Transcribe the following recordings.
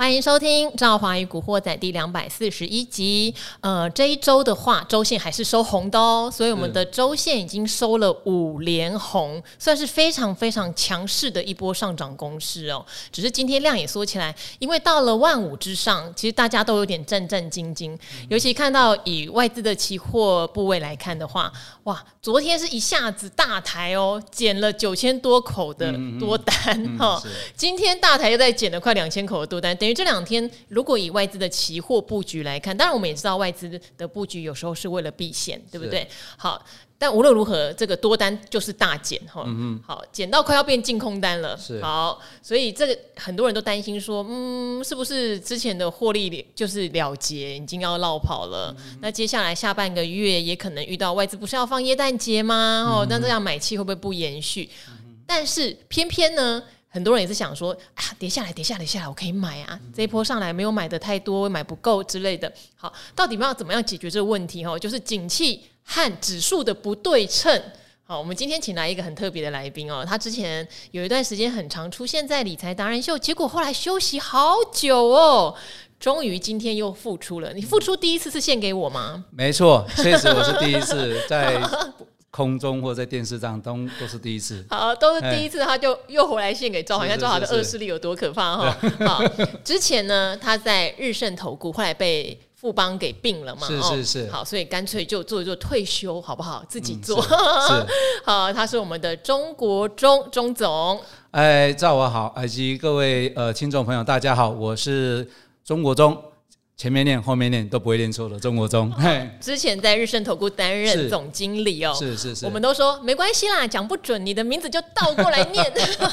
欢迎收听《赵华与古惑仔》第241集。这一周的话，周线还是收红的哦，所以我们的周线已经收了5连红，算是非常非常强势的一波上涨攻势哦。只是今天量也缩起来，因为到了15000之上，其实大家都有点战战兢兢。尤其看到以外资的期货部位来看的话，哇，昨天是一下子大台哦，减了9000多口的多单哈、今天大台又再减了快2000口的多单。等于这2天，如果以外资的期货布局来看，当然我们也知道外资的布局有时候是为了避险，对不对？好，但无论如何，这个多单就是大减哈。好，减到快要变净空单了。好，所以这个很多人都担心说，是不是之前的获利就是了结，已经要落跑了？那接下来下半个月也可能遇到外资不是要放耶诞节吗？那这样买气会不会不延续？但是偏偏呢？很多人也是想说跌下来我可以买啊，这一波上来没有买的太多，买不够之类的。好，到底要怎么样解决这个问题？就是景气和指数的不对称。好，我们今天请来一个很特别的来宾哦，他之前有一段时间很常出现在理财达人秀，结果后来休息好久哦，终于今天又复出了。你复出第一次是献给我吗？ 没错，确实我是第一次在空中或在电视上都是第一次。 好，都是第一次，他就又回来献给赵华，你看赵华的恶势力有多可怕哈！好，之前呢他在日盛投顾，后来被富邦给并了嘛， 是。 好，所以干脆就做一做退休，好不好？自己做。好，他是我们的钟国忠钟总。 赵华好，以及各位听众朋友，大家好，我是钟国忠。前面念后面念都不会念错的钟国忠。 之前在日盛投顾担任总经理哦， 是， 我们都说没关系啦，讲不准你的名字就倒过来念。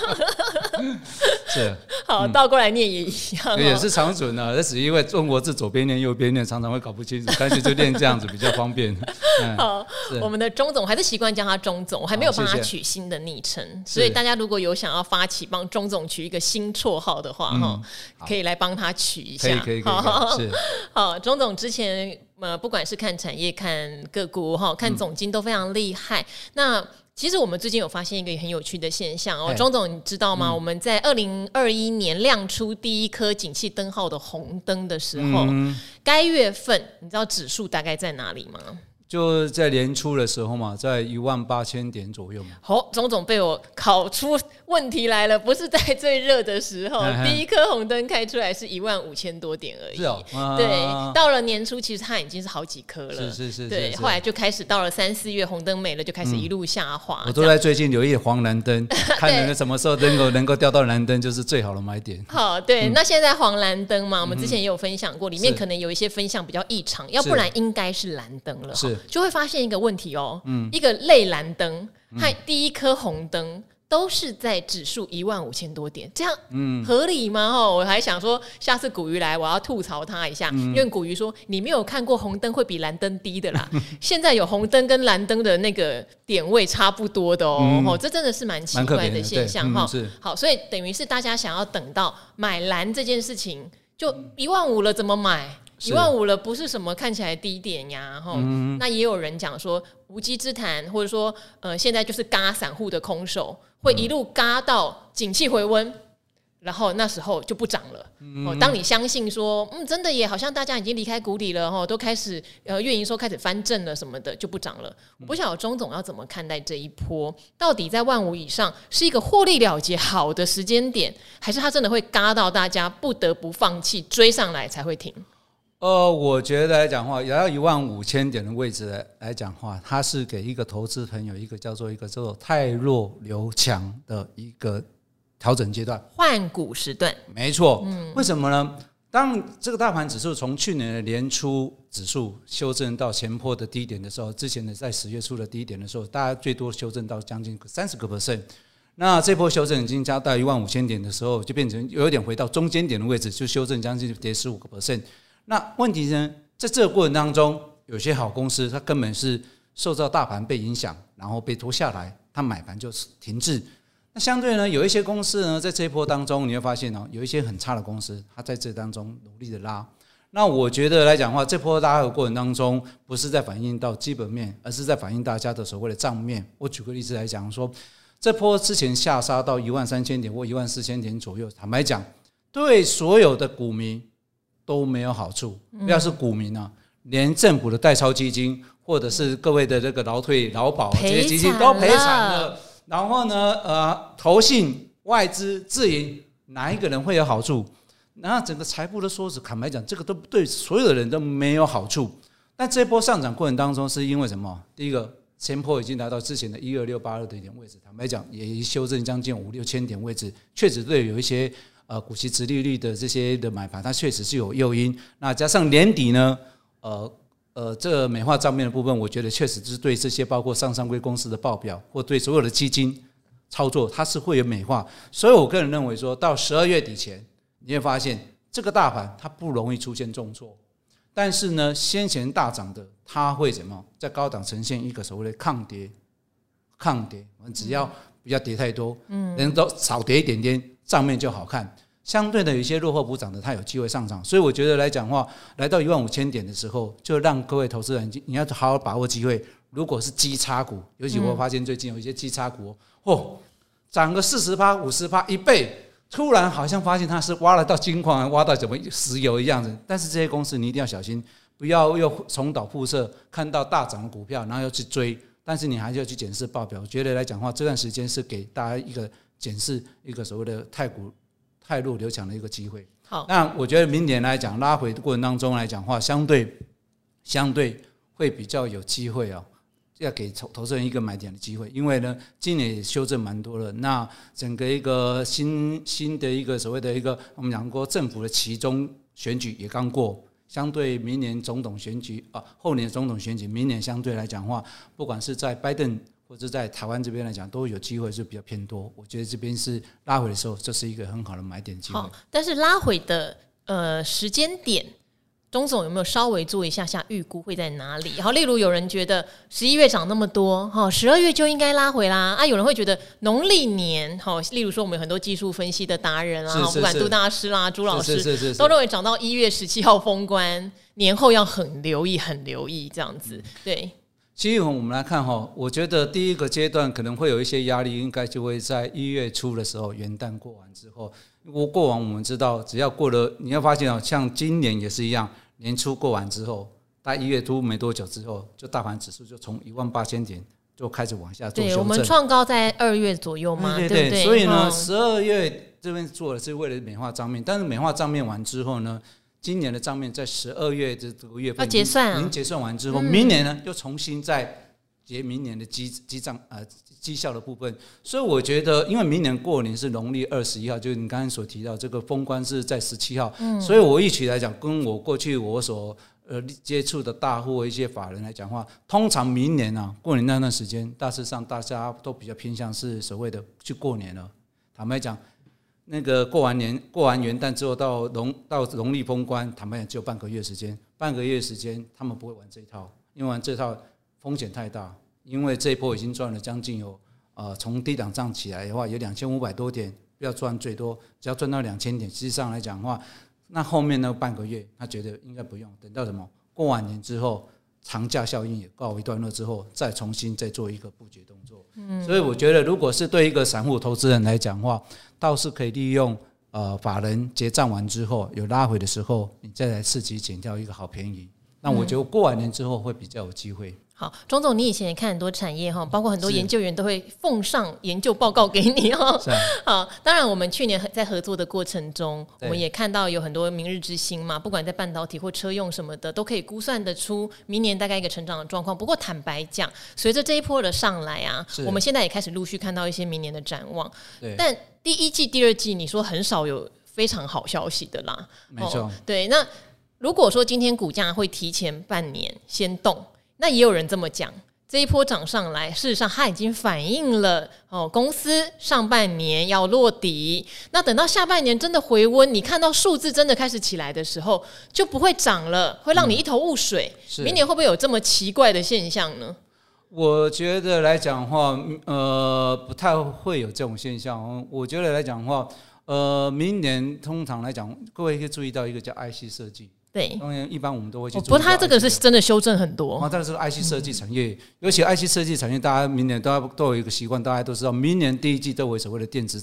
是， 好，倒过来念也一样也是常准的，那只因为中国字左边念右边念，常常会搞不清楚，干脆就念这样子比较方便。 好，我们的钟总还是习惯叫他钟总，我还没有帮他取新的昵称，所以大家如果有想要发起帮钟总取一个新绰号的话，可以来帮他取一下。 可以，是。 好，钟总之前不管是看产业、看个股、看总经都非常厉害。那其实我们最近有发现一个很有趣的现象哦，钟总你知道吗？我们在2021年亮出第一颗景气灯号的红灯的时候，该月份你知道指数大概在哪里吗？ 就在年初的时候嘛，在18000点左右嘛。 钟总被我考出问题来了，不是在最热的时候，第一颗红灯开出来是15000多点而已。 是哦， 对，到了年初其实它已经是好几颗了。 是。 对，后来就开始到了3、4月红灯没了，就开始一路下滑。 我都在最近留意黄蓝灯，看什么时候能够掉到蓝灯，就是最好的买点。 好，对，那现在黄蓝灯嘛，我们之前也有分享过，里面可能有一些分项比较异常，要不然应该是蓝灯了。是。就会发现一个问题哦，一个类蓝灯和第一颗红灯都是在指数15000多点，这样合理吗？我还想说下次古鱼来我要吐槽他一下，因为古鱼说你没有看过红灯会比蓝灯低的啦，现在有红灯跟蓝灯的那个点位差不多的哦，这真的是蛮奇怪的现象哈。好，所以等于是大家想要等到买蓝这件事情就15000了，怎么买？15000了，不是什么看起来低点呀，那也有人讲说无稽之谈，或者说现在就是嘎散户的空手，会一路嘎到景气回温，然后那时候就不涨了。当你相信说真的耶，好像大家已经离开谷底了，都开始月营收开始翻正了什么的，就不涨了。我不晓得钟总要怎么看待这一波，到底在15000以上是一个获利了结好的时间点，还是它真的会嘎到大家不得不放弃追上来才会停？ 我觉得来讲话，要15000点的位置来讲话，它是给一个投资朋友一个叫做太弱留强的一个调整阶段， 换股时段。 没错，为什么呢？当这个大盘指数从去年的年初指数修正到前波的低点的时候，之前的在10月初的低点的时候，大家最多修正到将近30%。那这波修正已经加到15000点的时候，就变成有点回到中间点的位置，就修正将近跌15%。那问题呢，在这个过程当中，有些好公司它根本是受到大盘被影响，然后被拖下来，它买盘就停滞。那相对呢，有一些公司呢，在这一波当中，你会发现有一些很差的公司，它在这当中努力的拉。那我觉得来讲的话，这波拉的过程当中，不是在反映到基本面，而是在反映大家的所谓的账面。我举个例子来讲说，这波之前下杀到13000点或14000点左右，坦白讲， 对所有的股民都没有好处，不要是股民啊，连政府的代操基金或者是各位的这个劳退劳保这些基金都赔惨了。然后呢，投信、外资、自营，哪一个人会有好处？那整个财富的缩水，坦白讲，这个都对所有的人都没有好处。但这波上涨过程当中，是因为什么？第一个，前波已经来到之前的12682的一点位置，坦白讲，也修正将近5-6千点位置，确实对有一些股息殖利率的这些的买盘，它确实是有诱因。那加上年底呢，这美化账面的部分，我觉得确实是对这些包括上柜公司的报表，或对所有的基金操作，它是会有美化。所以我个人认为说，到12月底前，你会发现这个大盘它不容易出现重挫。但是呢，先前大涨的，它会怎么在高档呈现一个所谓的抗跌，只要不要跌太多，能都少跌一点点，账面就好看。相对的，有一些落后补涨的，它有机会上涨。所以我觉得来讲的话，来到15000点的时候，就让各位投资人你要好好把握机会。如果是基差股，尤其我发现最近有一些基差股，涨个40%、50%、1倍。突然好像发现它是挖了到金矿，挖到怎么石油一样子，但是这些公司你一定要小心，不要又重蹈覆辙，看到大涨的股票，然后又去追，但是你还是要去检视报表。我觉得来讲的话，这段时间是给大家一个检视一个所谓的太弱留强的一个机会。好，那我觉得明年来讲拉回的过程当中来讲的话，相对会比较有机会哦。要给投资人一个买点的机会，因为呢，今年也修正蛮多了。那整个一个新的一个所谓的一个我们讲过政府的期中选举也刚过，相对明年总统选举后年总统选举，明年相对来讲的话，不管是在拜登或者在台湾这边来讲，都有机会是比较偏多。我觉得这边是拉回的时候，这是一个很好的买点机会。 好，但是拉回的时间点。钟总有没有稍微做一下预估会在哪里？好，例如有人觉得11月涨那么多，12月就应该拉回啦。有人会觉得农历年，例如说我们有很多技术分析的达人啊，不管杜大师啦、朱老师，都认为涨到1月17号封关，年后要很留意这样子。对， 其实我们来看我觉得第一个阶段可能会有一些压力，应该就会在1月初的时候，元旦过完之后。过完我们知道，只要过了，你要发现像今年也是一样，年初过完之后，大概1月初没多久之后，就大盘指数就从18000点就开始往下做修正。 对，我们创高在2月左右嘛，对不对？ 所以呢，12月这边做的是为了美化账面，但是美化账面完之后呢，今年的账面在12月这个月份要结算已经结算完之后，明年呢又重新再结明年的绩效的部分。所以我觉得，因为明年过年是农历21号，就是你刚才所提到这个封关是在17号，所以我预期来讲，跟我过去我所接触的大户一些法人来讲的话，通常明年过年那段时间，大致上大家都比较偏向是所谓的去过年了。坦白讲，那个过完元旦之后到农历封关，坦白讲只有半个月时间，他们不会玩这一套，因为玩这套风险太大。因为这一波已经赚了将近有从低档涨起来的话，有2500多点，不要赚最多，只要赚到2000点。实际上来讲的话，那后面那半个月，他觉得应该不用，等到什么过完年之后，长假效应也告一段落之后，再重新再做一个布局动作。所以我觉得，如果是对一个散户投资人来讲的话，倒是可以利用法人结账完之后有拉回的时候，你再来刺激捡掉一个好便宜。那我觉得过完年之后会比较有机会。 好，钟总，你以前也看很多产业包括很多研究员都会奉上研究报告给你好，当然我们去年在合作的过程中，我们也看到有很多明日之星嘛，不管在半导体或车用什么的，都可以估算得出明年大概一个成长的状况。不过坦白讲，随着这一波的上来我们现在也开始陆续看到一些明年的展望。但第一季、第二季，你说很少有非常好消息的啦。 没错， 对。那如果说今天股价会提前半年先动，那也有人这么讲，这一波涨上来，事实上它已经反映了公司上半年要落底。那等到下半年真的回温，你看到数字真的开始起来的时候，就不会涨了，会让你一头雾水。明年会不会有这么奇怪的现象呢？ 我觉得来讲的话，不太会有这种现象。我觉得来讲的话，明年通常来讲，各位可以注意到一个叫 IC 设计。 对， 当然一般我们都会去注意。 不过它这个是真的修正很多。 但是 IC 设计产业，尤其 IC 设计产业，大家明年都有一个习惯，大家都知道，明年第一季都有所谓的电子展。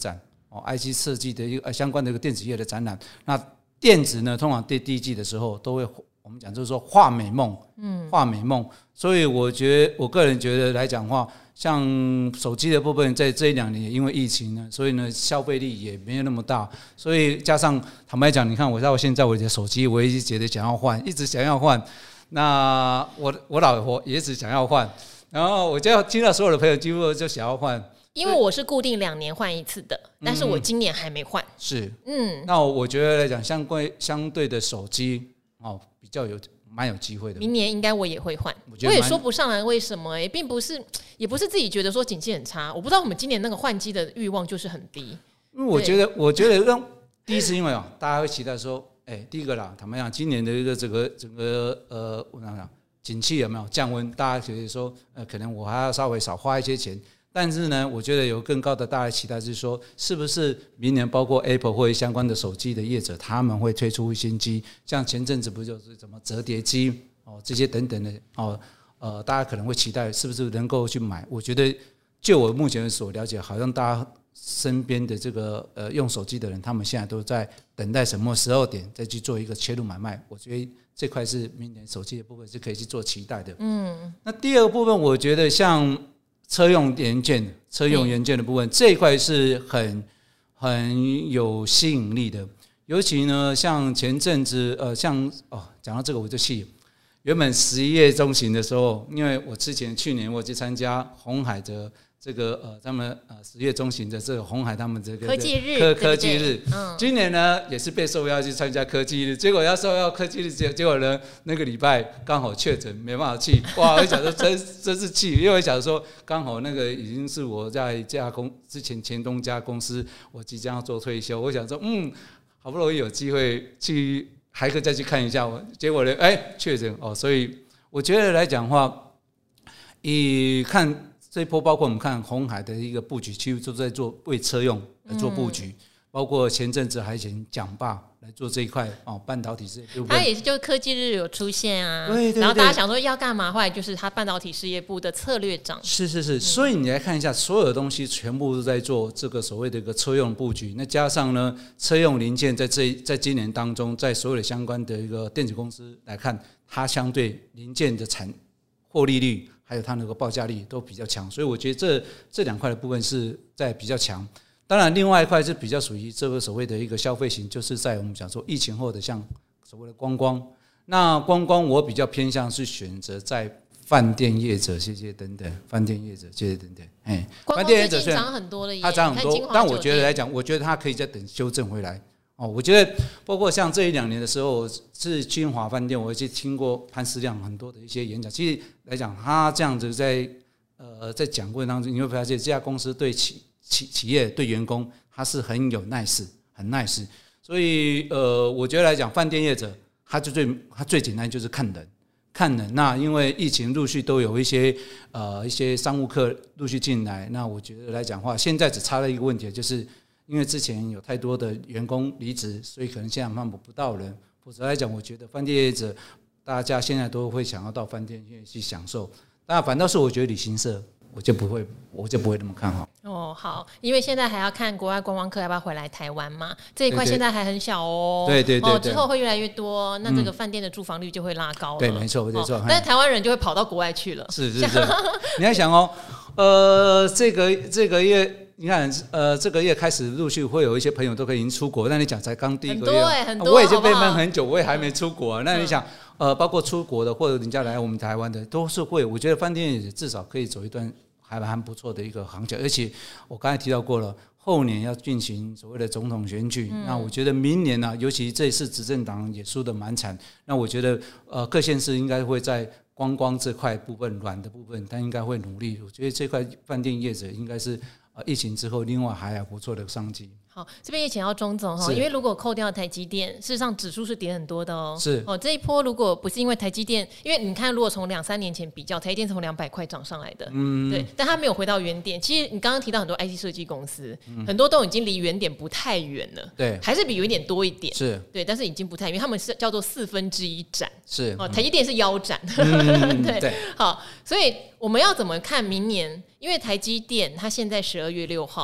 IC 设计的一个相关的一个电子业的展览。那电子呢，通常第一季的时候都会我们讲就是说画美梦，画美梦。所以我个人觉得来讲的话，像手机的部分，在这1-2年也因为疫情呢，所以呢消费力也没有那么大，所以加上坦白讲，你看我到现在我的手机，我一直觉得想要换，一直想要换。那我老婆也一直想要换，然后我就听到所有的朋友几乎就想要换。 因为我是固定2年换一次的，但是我今年还没换。 是，那我觉得来讲，相对的手机比较蛮有机会的。 明年应该我也会换，我也说不上来为什么并不是，也不是自己觉得说景气很差，我不知道我们今年那个换机的欲望就是很低。 因为我觉得第一是因为大家会期待说，第一个啦，坦白讲，今年的一个整个我想想，景气有没有降温？大家觉得说，可能我还要稍微少花一些钱。但是呢，我觉得有更高的大家期待是说，是不是明年包括 Apple 或者相关的手机的业者，他们会推出新机，像前阵子不就是什么折叠机这些等等的大家可能会期待是不是能够去买。我觉得就我目前所了解，好像大家身边的这个用手机的人，他们现在都在等待什么时候点再去做一个切入买卖。我觉得这块是明年手机的部分是可以去做期待的。那第二个部分，我觉得像车用元件的部分，这一块是很有吸引力的。尤其呢，像前阵子讲到这个我就气，原本11月中旬的时候，因为我去年我去参加鸿海的这个他们10月中旬的这个鸿海他们这个科技日， 科技日，今年呢也是被受邀去参加科技日，结果要受邀科技日，结果呢那个礼拜刚好确诊，没办法去。哇！我想说真是气，因为我想说刚好那个已经是我在之前前东家公司，我即将要做退休，我想说好不容易有机会去还可以再去看一下，结果呢确诊所以我觉得来讲的话，看这一波，包括我们看鸿海的一个布局，其实都在为车用来做布局，包括前阵子还请蒋爸来做这一块半导体事业部， 他也是就科技日有出现啊， 对， 然后大家想说要干嘛，后来就是他半导体事业部的策略长， 是，所以你来看一下，所有的东西全部都在做这个所谓的一个车用布局，那加上呢，车用零件在今年当中，在所有的相关的一个电子公司来看，它相对零件的获利率还有它那个报价力都比较强，所以我觉得这2块的部分是在比较强。当然，另外一块是比较属于这个所谓的一个消费型，就是在我们讲说疫情后的像所谓的观光。那观光我比较偏向是选择在饭店业者这些等等，饭店业者这些等等。 观光最近涨很多了耶， 它涨很多，但我觉得来讲，我觉得它可以再等修正回来。我觉得包括像这1-2年的时候，是金华饭店，我也听过潘思亮很多的一些演讲。其实来讲，他这样子在讲过程当中，你会发现这家公司对企业对员工，他是很有耐心，很耐心。所以我觉得来讲，饭店业者他最简单就是看人。那因为疫情陆续都有一些商务客陆续进来，那我觉得来讲话，现在只差了一个问题，就是因为之前有太多的员工离职，所以可能现在慢不到人。否则来讲，我觉得饭店业者大家现在都会想要到饭店去享受。那反倒是我觉得旅行社，我就不会那么看好。 好，因为现在还要看国外观光客要不要回来台湾嘛，这一块现在还很小对， 之后会越来越多，那这个饭店的住房率就会拉高了。 对，没错。 但是台湾人就会跑到国外去了。 是，你要想这个月。你看，这个月开始陆续会有一些朋友都可以已经出国。那你讲才刚第一个月， 很多， 我已经被闷很久，我也还没出国。那你想，包括出国的或者人家来我们台湾的，都是会。我觉得饭店也至少可以走一段还蛮不错的一个行情。而且我刚才提到过了，后年要进行所谓的总统选举，那我觉得明年呢，尤其这一次执政党也输得蛮惨。那我觉得各县市应该会在观光这块部分软的部分，但应该会努力。我觉得这块饭店业者应该是。疫情之后，另外还有不错的商机。 好，这边也请到钟总因为如果扣掉台积电，事实上指数是跌很多的是这一波如果不是因为台积电，因为你看，如果从2-3年前比较，台积电从200块涨上来的，对，但它没有回到原点。其实你刚刚提到很多 IC 设计公司，很多都已经离原点不太远了， 对， 还是比原点多一点， 是对， 但是已经不太远，他们是叫做1/4斩， 是台积电是腰斩，对，好，所以我们要怎么看明年？因为台积电它现在12月6号。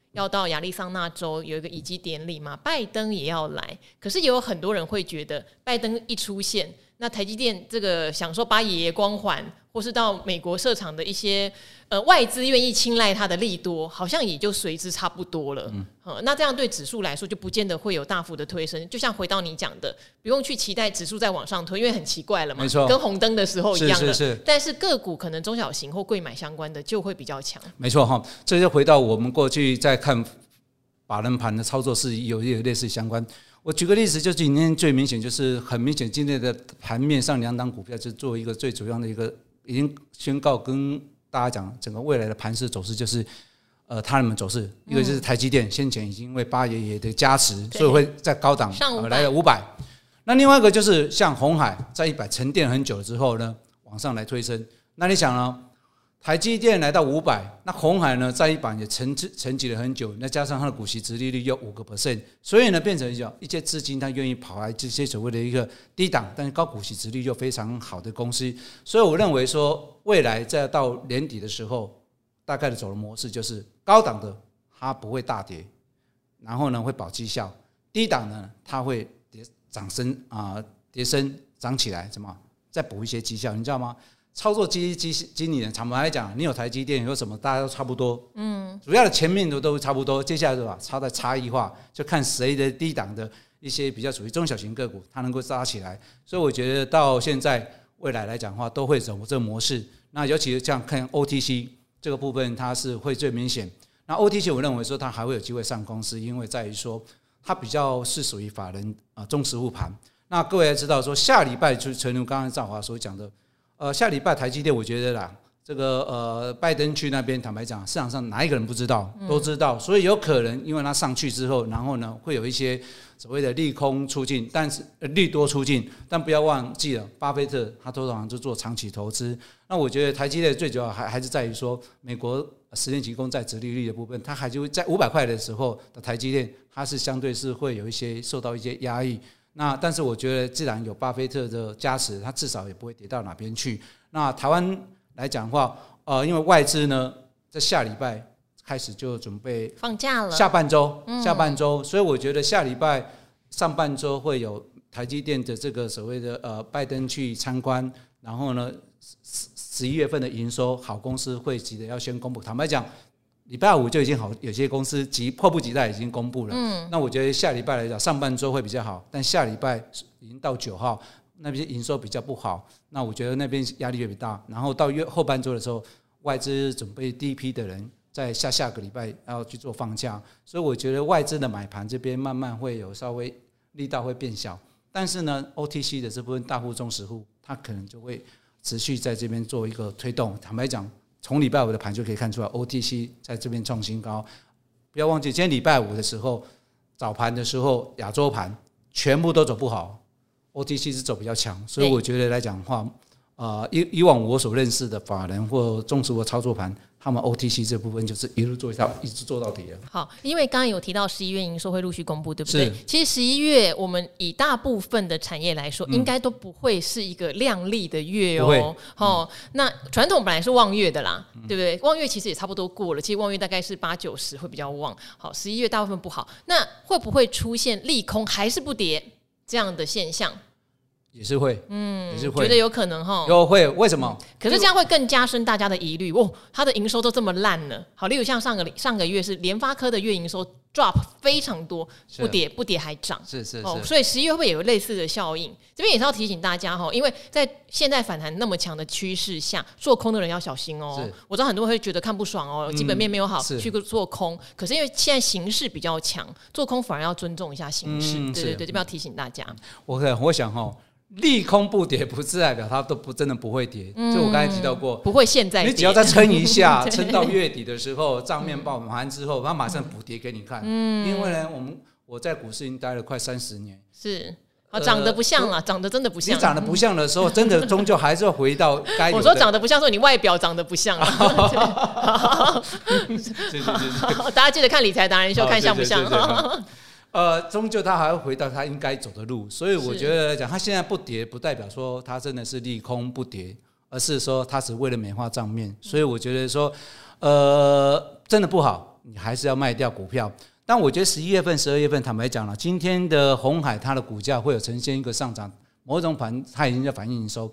要到亚利桑那州有一个移机典礼嘛，拜登也要来。可是也有很多人会觉得，拜登一出现，那台积电这个享受巴爷爷光环，或是到美国设厂的一些外资愿意青睐它的利多，好像也就随之差不多了。那这样对指数来说就不见得会有大幅的推升。就像回到你讲的，不用去期待指数再往上推，因为很奇怪了嘛，跟红灯的时候一样的。 是但是个股可能中小型或贵买相关的就会比较强。 没错哈，这就回到我们过去在看法人盘的操作是有类似相关。我举个例子，就今天最明显就是很明显，今天的盘面上2档股票就做一个最主要的一个已经宣告跟大家讲整个未来的盘势走势就是他们走势，一个就是台积电先前已经因为巴爷爷的加持，所以会在高档来了500。那另外一个就是像鸿海在100沉淀很久之后呢，往上来推升。那你想呢？台积电来到500，那鸿海呢在100也沉寂了很久，那加上它的股息殖利率又5%，所以呢变成一些资金它愿意跑来这些所谓的一个低档但是高股息殖利率又非常好的公司。所以我认为说未来再到年底的时候，大概的走的模式就是高档的它不会大跌，然后呢会保绩效，低档呢它会跌升涨起来，怎么再补一些绩效，你知道吗？操作经理人，坦白来讲，你有台积电有什么，大家都差不多。主要的前面都差不多，接下来是吧？差异化，就看谁的低档的一些比较属于中小型个股，它能够扎起来。所以我觉得到现在未来来讲的话，都会走这个模式。那尤其是这样看 OTC 这个部分，它是会最明显。那 OTC 我认为说它还会有机会上公司，因为在于说它比较是属于法人中实户盘。那各位要知道说，下礼拜就诚如刚刚赵华所讲的。下礼拜台积电，我觉得啦，这个拜登去那边，坦白讲，市场上哪一个人不知道？都知道，所以有可能因为他上去之后，然后呢，会有一些所谓的利空出尽，但是利多出尽，但不要忘记了，巴菲特他通常就做长期投资。那我觉得台积电最主要还是在于说，美国10年期公债殖利率的部分，它还就在500块的时候的台积电，它是相对是会有一些受到一些压抑。那但是我觉得，既然有巴菲特的加持，它至少也不会跌到哪边去。那台湾来讲的话，因为外资呢在下礼拜开始就准备放假了， 下半周，所以我觉得下礼拜上半周会有台积电的这个所谓的拜登去参观，然后呢11月份的营收好公司会急着要先公布。坦白讲，礼拜5就已经好，有些公司迫不及待已经公布了。那我觉得下礼拜来讲，上半周会比较好，但下礼拜已经到9号，那边营收比较不好，那我觉得那边压力越比较大。然后到后半周的时候，外资准备第一批的人在下个礼拜要去做放假，所以我觉得外资的买盘这边慢慢会有稍微力道会变小。但是呢 ，OTC 的这部分大户、中实户，它可能就会持续在这边做一个推动。坦白讲，从礼拜5的盘就可以看出来 ，OTC 在这边创新高。不要忘记，今天礼拜5的时候，早盘的时候，亚洲盘全部都走不好 ，OTC 是走比较强。所以我觉得来讲的话，以往我所认识的法人或中实户操作盘，他们 OTC 这部分就是一路做一直做到底了。 好，因为刚刚有提到11月营收会陆续公布，对不对？其实11月我们以大部分的产业来说，应该都不会是一个亮丽的月哦。那传统本来是旺月的啦，对不对？旺月其实也差不多过了，其实旺月大概是8、90会比较旺。好，11月大部分不好，那会不会出现利空还是不跌这样的现象？ 也是会，也是会， 觉得有可能哈， 会，为什么？ 可是这样会更加深大家的疑虑哦。它的营收都这么烂了，好，例如像上个月是联发科的月营收 drop 非常多，不跌还涨， 是， 所以11月会不会有类似的效应？这边也是要提醒大家哈，因为在现在反弹那么强的趋势下，做空的人要小心哦。我知道很多人会觉得看不爽哦，基本面没有好，去做空。可是因为现在形势比较强，做空反而要尊重一下形势。对，这边要提醒大家。 我想哈。利空不跌不是代表它都真的不会跌，就我刚才提到过， 不会现在跌， 你只要再撑一下，撑到月底的时候，账面报完之后，它马上补跌给你看。因为呢，我在股市已经待了快30年， 是。长得不像了，长得真的不像。 你长得不像的时候，真的终究还是要回到该有的。 我说长得不像，说你外表长得不像大家记得看理财达人秀，看像不像？ 终究它还会回到它应该走的路，所以我觉得来讲，它现在不跌，不代表说它真的是利空不跌，而是说它只为了美化账面。所以我觉得说，真的不好， 你还是要卖掉股票。但我觉得11月份、12月份，坦白讲了，今天的鸿海它的股价会有呈现一个上涨，某种它已经在反映营收。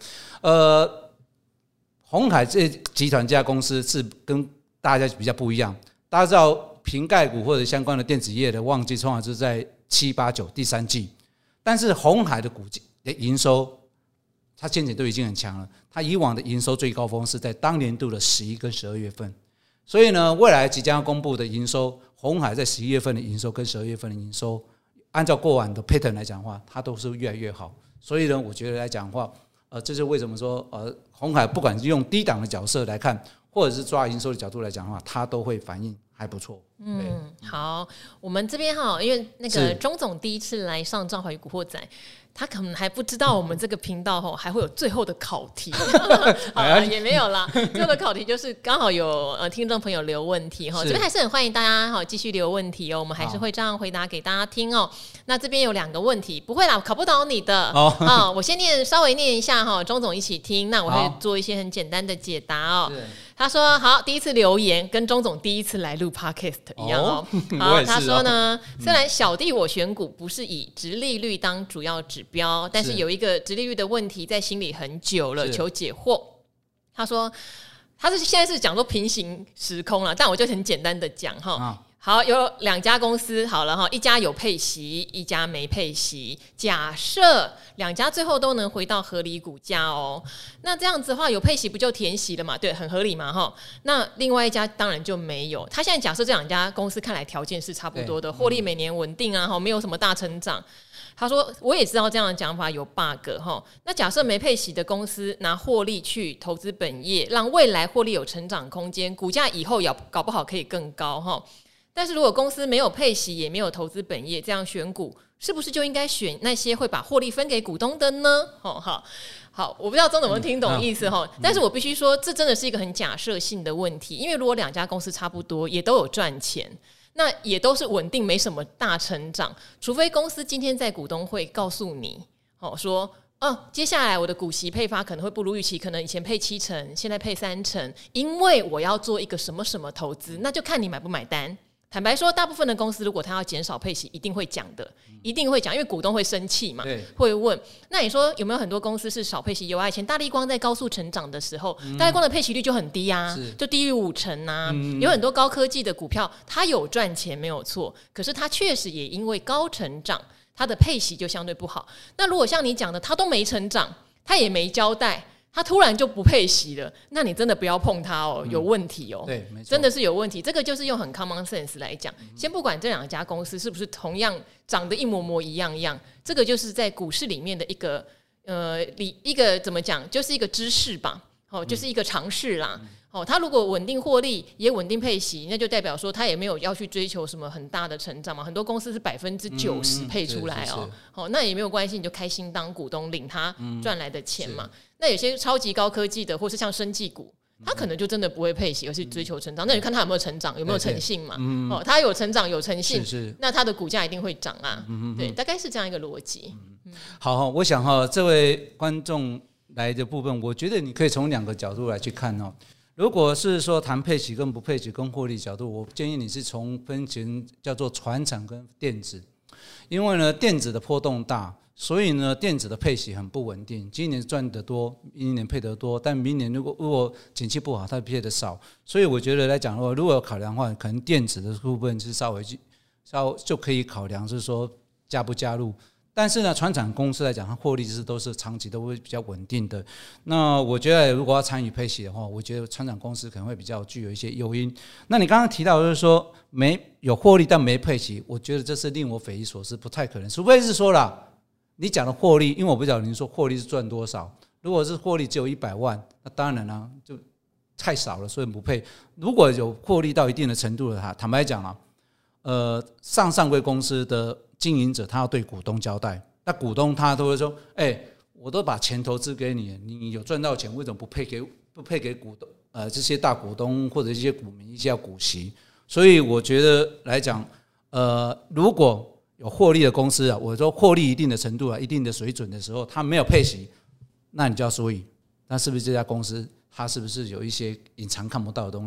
鸿海这集团这家公司是跟大家比较不一样。大家知道瓶盖股或者相关的电子业的旺季通常是在7、8、9第三季，但是鸿海的营收，它先前都已经很强了。它以往的营收最高峰是在当年度的11跟12月份，所以呢，未来即将要公布的营收，鸿海在11月份的营收跟12月份的营收，按照过往的 pattern 来讲的话，它都是越来越好。所以呢，我觉得来讲的话，这是为什么说鸿海不管是用低档的角色来看，或者是抓营收的角度来讲的话，它都会反应还不错。 好，我们这边因为那个钟总第一次来上赵怀宇古惑仔，他可能还不知道我们这个频道还会有最后的考题。好啦，也没有啦，最后的考题就是刚好有听众朋友留问题这边还是很欢迎大家继续留问题我们还是会这样回答给大家听那这边有2个问题，不会啦，考不倒你的我先稍微念一下钟总一起听，那我会做一些很简单的解答他说好，第一次留言跟钟总第一次来录 podcast 一样好，他说呢，虽然小弟我选股不是以殖利率当主要指标，但是有一个殖利率的问题在心里很久了，求解惑。他说他是现在是讲说平行时空了，但我就很简单的讲好，有2家公司好了一家有配息，一家没配息。假设2家最后都能回到合理股价那这样子的话，有配息不就填息了嘛？对，很合理嘛那另外一家当然就没有。他现在假设这2家公司看来条件是差不多的，获利每年稳定没有什么大成长。他说我也知道这样的讲法有 bug 那假设没配息的公司拿获利去投资本业，让未来获利有成长空间，股价以后搞不好可以更高但是如果公司没有配息也没有投资本业，这样选股是不是就应该选那些会把获利分给股东的呢？好，我不知道钟总有没有听懂意思但是我必须说这真的是一个很假设性的问题，因为如果2家公司差不多也都有赚钱，那也都是稳定没什么大成长，除非公司今天在股东会告诉你说接下来我的股息配发可能会不如预期，可能以前配7成现在配3成，因为我要做一个什么什么投资，那就看你买不买单。坦白说，大部分的公司如果他要减少配息，一定会讲的，一定会讲，因为股东会生气嘛，会问。那你说有没有很多公司是少配息？有啊，以前大立光在高速成长的时候，大立光的配息率就很低就低于5成啊。有很多高科技的股票，它有赚钱没有错，可是它确实也因为高成长，它的配息就相对不好。那如果像你讲的，它都没成长，它也没交代，他突然就不配息了，那你真的不要碰他有问题对，没错， 真的是有问题。这个就是用很 common sense 来讲，先不管这2家公司是不是同样长得一模模一样，这个就是在股市里面的一个怎么讲，就是一个知识吧，就是一个常识啦。他如果稳定获利也稳定配息，那就代表说他也没有要去追求什么很大的成长嘛。很多公司是90%配出来那也没有关系，你就开心当股东领他赚来的钱嘛。那有些超级高科技的或是像生技股，他可能就真的不会配息，而是追求成长。那你看他有没有成长，有没有诚信嘛？他有成长有诚信，那他的股价一定会涨啊。对，大概是这样一个逻辑。 好，我想这位观众来的部分，我觉得你可以从2个角度来去看如果是说谈配息跟不配息跟获利角度，我建议你是从分成叫做传产跟电子，因为呢电子的波动大，所以呢电子的配息很不稳定，今年赚得多，明年配得多，但明年如果景气不好，它配得少，所以我觉得来讲的话，如果有考量的话，可能电子的部分是稍微就可以考量是说加不加入。但是呢，传产公司来讲，它获利都是长期都会比较稳定的。那我觉得，如果要参与配息的话，我觉得传产公司可能会比较具有一些诱因。那你刚刚提到就是说没有获利但没配息，我觉得这是令我匪夷所思，不太可能。除非是说啦，你讲的获利，因为我不晓得您说获利是赚多少。如果是获利只有100万，那当然啦，就太少了，所以不配。如果有获利到一定的程度的话，坦白讲上柜公司的经营者他要对股东交代，那股东他都会说我都把钱投资给你，你有赚到钱为什么不配给股东这些大股东或者一些股民一些股息？所以我觉得来讲如果有获利的公司我说获利一定的程度一定的水准的时候，他没有配息，那你就要注意，那是不是这家公司它是不是有一些隐藏看不到的东西？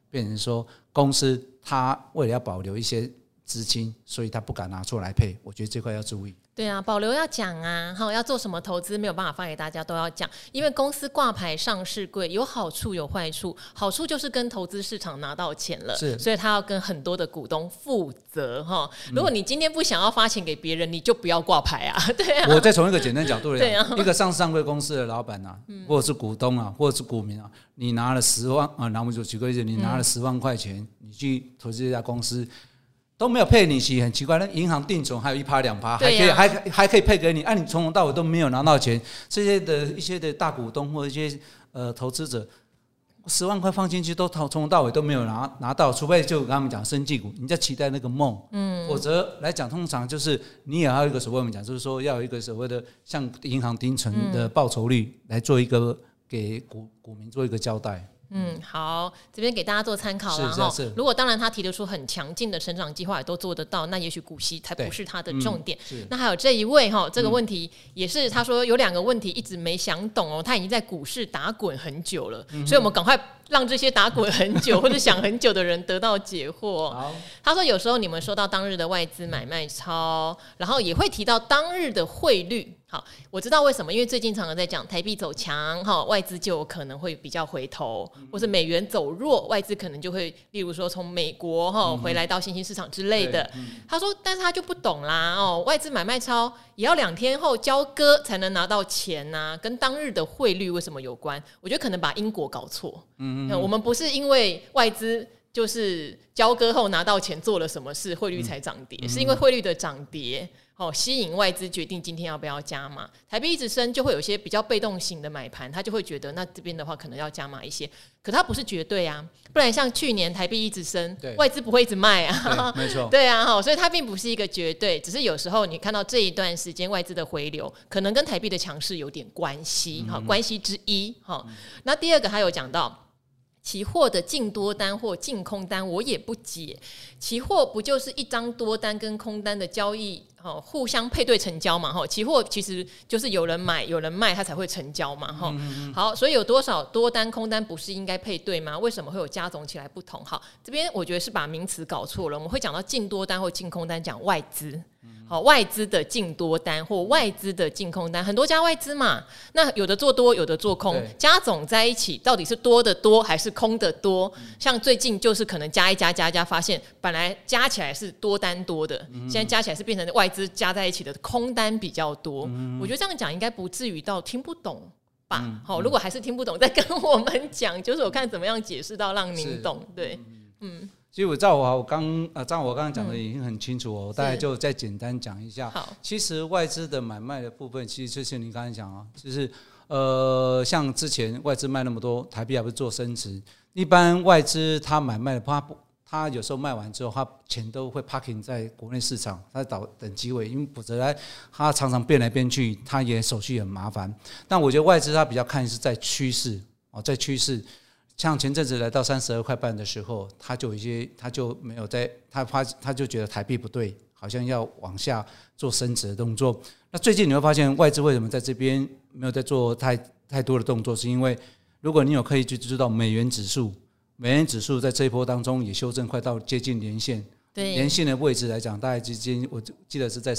变成说公司他为了要保留一些资金，所以他不敢拿出来配，我觉得这块要注意。 对啊，保留要讲啊，要做什么投资没有办法发给大家都要讲，因为公司挂牌上市柜有好处有坏处，好处就是跟投资市场拿到钱了，所以他要跟很多的股东负责哈。如果你今天不想要发钱给别人，你就不要挂牌啊。对啊， 我再从一个简单角度来讲，一个上柜公司的老板啊，或者是股东啊，或者是股民啊，你拿了10万啊，拿我们就举个例子，你拿了10万块钱，你去投资这家公司。都没有配你息，很奇怪。那银行定存还有1%、2%，还可以配给你，你从头到尾都没有拿到钱。这些的一些的大股东或者一些投资者，10万块放进去都从头到尾都没有拿到，除非就跟他们讲生技股，你在期待那个梦。否则来讲，通常就是你也要有一个所谓我们讲，就是说要有一个所谓的像银行定存的报酬率来做一个给股民做一个交代。 好，这边给大家做参考啦哈。如果当然他提得出很强劲的成长计划也都做得到，那也许股息才不是他的重点。那还有这一位哈，这个问题也是他说有2个问题一直没想懂哦，他已经在股市打滚很久了，所以我们赶快让这些打滚很久或者想很久的人得到解惑。他说有时候你们说到当日的外资买卖超，然后也会提到当日的汇率。好，我知道为什么，因为最近常常在讲台币走强，外资就有可能会比较回头，或是美元走弱，外资可能就会，例如说从美国回来到新兴市场之类的。他说，但是他就不懂啦，外资买卖超也要2天后交割才能拿到钱啊，跟当日的汇率为什么有关？我觉得可能把因果搞错。我们不是因为外资就是交割后拿到钱做了什么事，汇率才涨跌，是因为汇率的涨跌。吸引外资决定今天要不要加码，台币一直升就会有些比较被动型的买盘，他就会觉得那这边的话可能要加码一些，可它不是绝对啊，不然像去年台币一直升，外资不会一直卖啊， 没错， 对啊，所以它并不是一个绝对，只是有时候你看到这一段时间外资的回流，可能跟台币的强势有点关系，关系之一。那第2个还有讲到。期货的净多单或净空单我也不解，期货不就是一张多单跟空单的交易互相配对成交嘛？期货其实就是有人买有人卖它才会成交嘛。好，所以有多少多单空单不是应该配对吗？为什么会有加总起来不同？好，这边我觉得是把名词搞错了，我们会讲到净多单或净空单讲外资。外资的净多单或外资的净空单，很多家外资嘛，那有的做多有的做空，加总在一起到底是多的多还是空的多？像最近就是可能加一加发现本来加起来是多单多的，现在加起来是变成外资加在一起的空单比较多。我觉得这样讲应该不至于到听不懂吧。如果还是听不懂再跟我们讲，就是我看怎么样解释到让您懂。对， 其实照我刚刚讲的已经很清楚我大概就再简单讲一下。其实外资的买卖的部分，其实就是你刚才讲就是像之前外资卖那么多，台币还不是做升值，一般外资他买卖的他有时候卖完之后，他钱都会 parking 在国内市场，他等机会，因为否则他常常变来变去，他也手续很麻烦。但我觉得外资他比较看是在趋势在趋势。像前阵子来到32块半的时候，他就没有他就觉得台币不对，好像要往下做升值的动作。那最近你会发现外资为什么在这边没有在做太多的动作，是因为如果你有可以去知道美元指数在这一波当中也修正快到接近年线，年线的位置来讲，大概之间我记得是在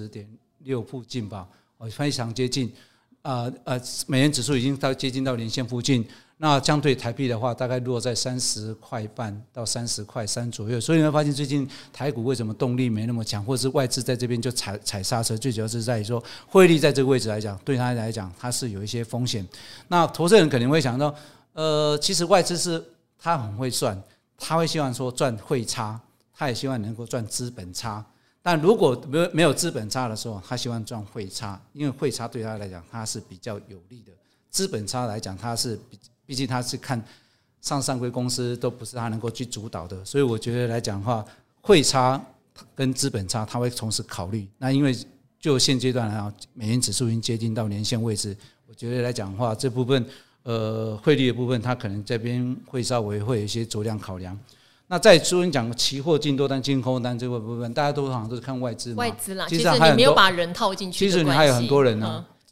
30.6附近吧，非常接近。美元指数已经接近到年线附近。那相对台币的话，大概落在30块半到30块3左右，所以你会发现最近台股为什么动力没那么强，或者是外资在这边就踩刹车，最主要是在于说汇率在这个位置来讲，对他来讲它是有一些风险。那投资人可能会想到，其实外资是他很会算，他会希望说赚汇差，他也希望能够赚资本差。但如果没有资本差的时候，他希望赚汇差，因为汇差对他来讲他是比较有利的。资本差来讲，他是毕竟他是看上柜公司都不是他能够去主导的，所以我觉得来讲的话，汇差跟资本差他会同时考虑。那因为就现阶段来讲，美元指数已经接近到年线位置，我觉得来讲的话，这部分汇率的部分，它可能这边会稍微会有一些酌量考量。那再说你讲期货净多单、净空单这个部分，大家都好像都是看外资嘛， 外资啦，其实你没有把人套进去。 其实你还有很多人呢，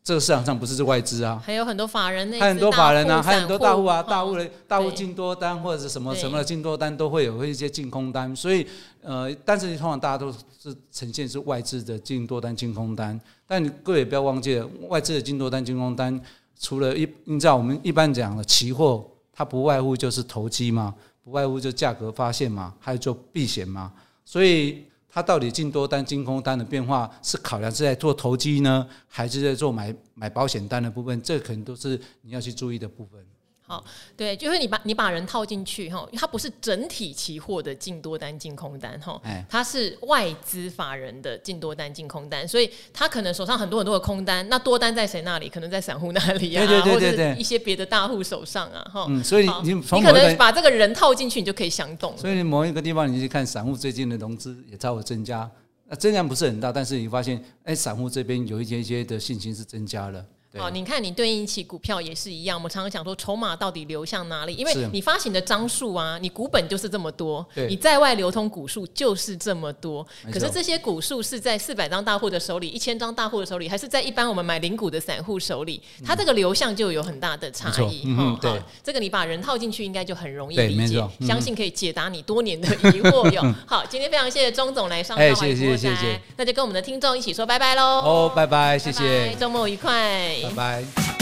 这个市场上不是外资啊， 还有很多法人内资， 还有很多法人啊，还有很多大户啊，大户进多单或者是什么的进多单都会有一些净空单，所以但是通常大家都是呈现是外资的净多单、净空单，但各位也不要忘记了，外资的净多单、净空单，除了依照我们一般讲的期货，它不外乎就是投机嘛，不外乎就价格发现嘛，还有就避险嘛，所以它到底净多单、净空单的变化是考量是在做投机呢，还是在做买保险单的部分？这可能都是你要去注意的部分。 好，对，就是你把人套进去哈，它不是整体期货的净多单、净空单哈，它是外资法人的净多单、净空单，所以他可能手上很多的空单，那多单在谁那里？可能在散户那里啊， 对， 或者一些别的大户手上啊，哈。 所以你可能把这个人套进去，你就可以想懂。 所以你某一个地方你去看散户最近的融资也稍微增加，增量不是很大，但是你发现散户这边有一些的信心是增加了。 好，你看你对应起股票也是一样，我们常常讲说筹码到底流向哪里，因为你发行的张数啊，你股本就是这么多，你在外流通股数就是这么多，可是这些股数是在400张大户的手里，1000张大户的手里，还是在一般我们买零股的散户手里，它这个流向就有很大的差异。对，这个你把人套进去应该就很容易理解，相信可以解答你多年的疑惑哟。好，今天非常谢谢钟总来上大华股惑仔，那就跟我们的听众一起说拜拜喽。 拜拜，谢谢， 周末愉快。 拜拜。